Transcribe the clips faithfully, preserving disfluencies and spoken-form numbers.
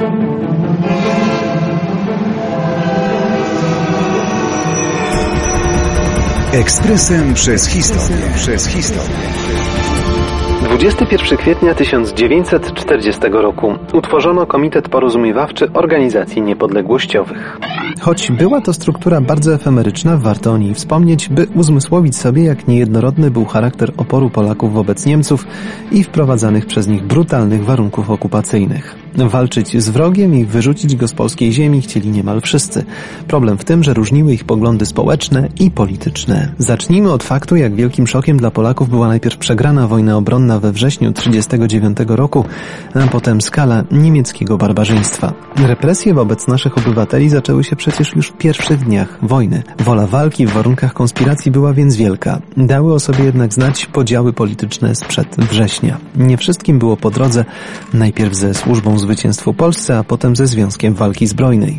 Ekspresem przez historię. Przez historię. dwudziestego pierwszego kwietnia tysiąc dziewięćset czterdziestego roku utworzono Komitet Porozumiewawczy Organizacji Niepodległościowych. Choć była to struktura bardzo efemeryczna, warto o niej wspomnieć, by uzmysłowić sobie, jak niejednorodny był charakter oporu Polaków wobec Niemców i wprowadzanych przez nich brutalnych warunków okupacyjnych. Walczyć z wrogiem i wyrzucić go z polskiej ziemi chcieli niemal wszyscy. Problem w tym, że różniły ich poglądy społeczne i polityczne. Zacznijmy od faktu, jak wielkim szokiem dla Polaków była najpierw przegrana wojna obronna we wrześniu tysiąc dziewięćset trzydziestego dziewiątego roku, a potem skala niemieckiego barbarzyństwa. Represje wobec naszych obywateli zaczęły się przecież już w pierwszych dniach wojny. Wola walki w warunkach konspiracji była więc wielka. Dały o sobie jednak znać podziały polityczne sprzed września. Nie wszystkim było po drodze, najpierw ze Służbą Zwycięstwu Polsce, a potem ze Związkiem Walki Zbrojnej.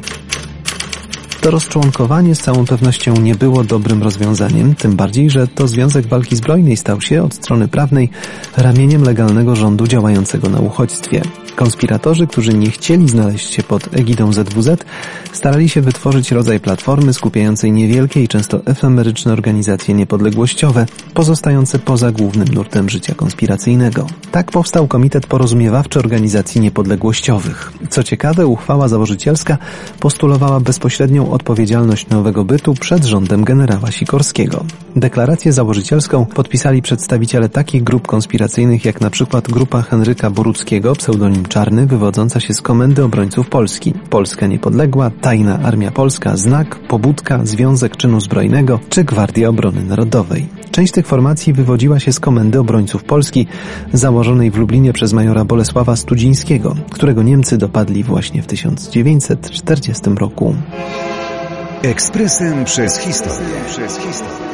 To rozczłonkowanie z całą pewnością nie było dobrym rozwiązaniem, tym bardziej, że to Związek Walki Zbrojnej stał się od strony prawnej ramieniem legalnego rządu działającego na uchodźstwie. Konspiratorzy, którzy nie chcieli znaleźć się pod egidą Z W Z, starali się wytworzyć rodzaj platformy skupiającej niewielkie i często efemeryczne organizacje niepodległościowe, pozostające poza głównym nurtem życia konspiracyjnego. Tak powstał Komitet Porozumiewawczy Organizacji Niepodległościowych. Co ciekawe, uchwała założycielska postulowała bezpośrednią odpowiedzialność nowego bytu przed rządem generała Sikorskiego. Deklarację założycielską podpisali przedstawiciele takich grup konspiracyjnych jak na przykład grupa Henryka Boruckiego, pseudonim Czarny, wywodząca się z Komendy Obrońców Polski, Polska Niepodległa, Tajna Armia Polska, Znak, Pobudka, Związek Czynu Zbrojnego czy Gwardia Obrony Narodowej. Część tych formacji wywodziła się z Komendy Obrońców Polski, założonej w Lublinie przez majora Bolesława Studzińskiego, którego Niemcy dopadli właśnie w tysiąc dziewięćset czterdziestym roku. Ekspresem przez historię. Przez historię.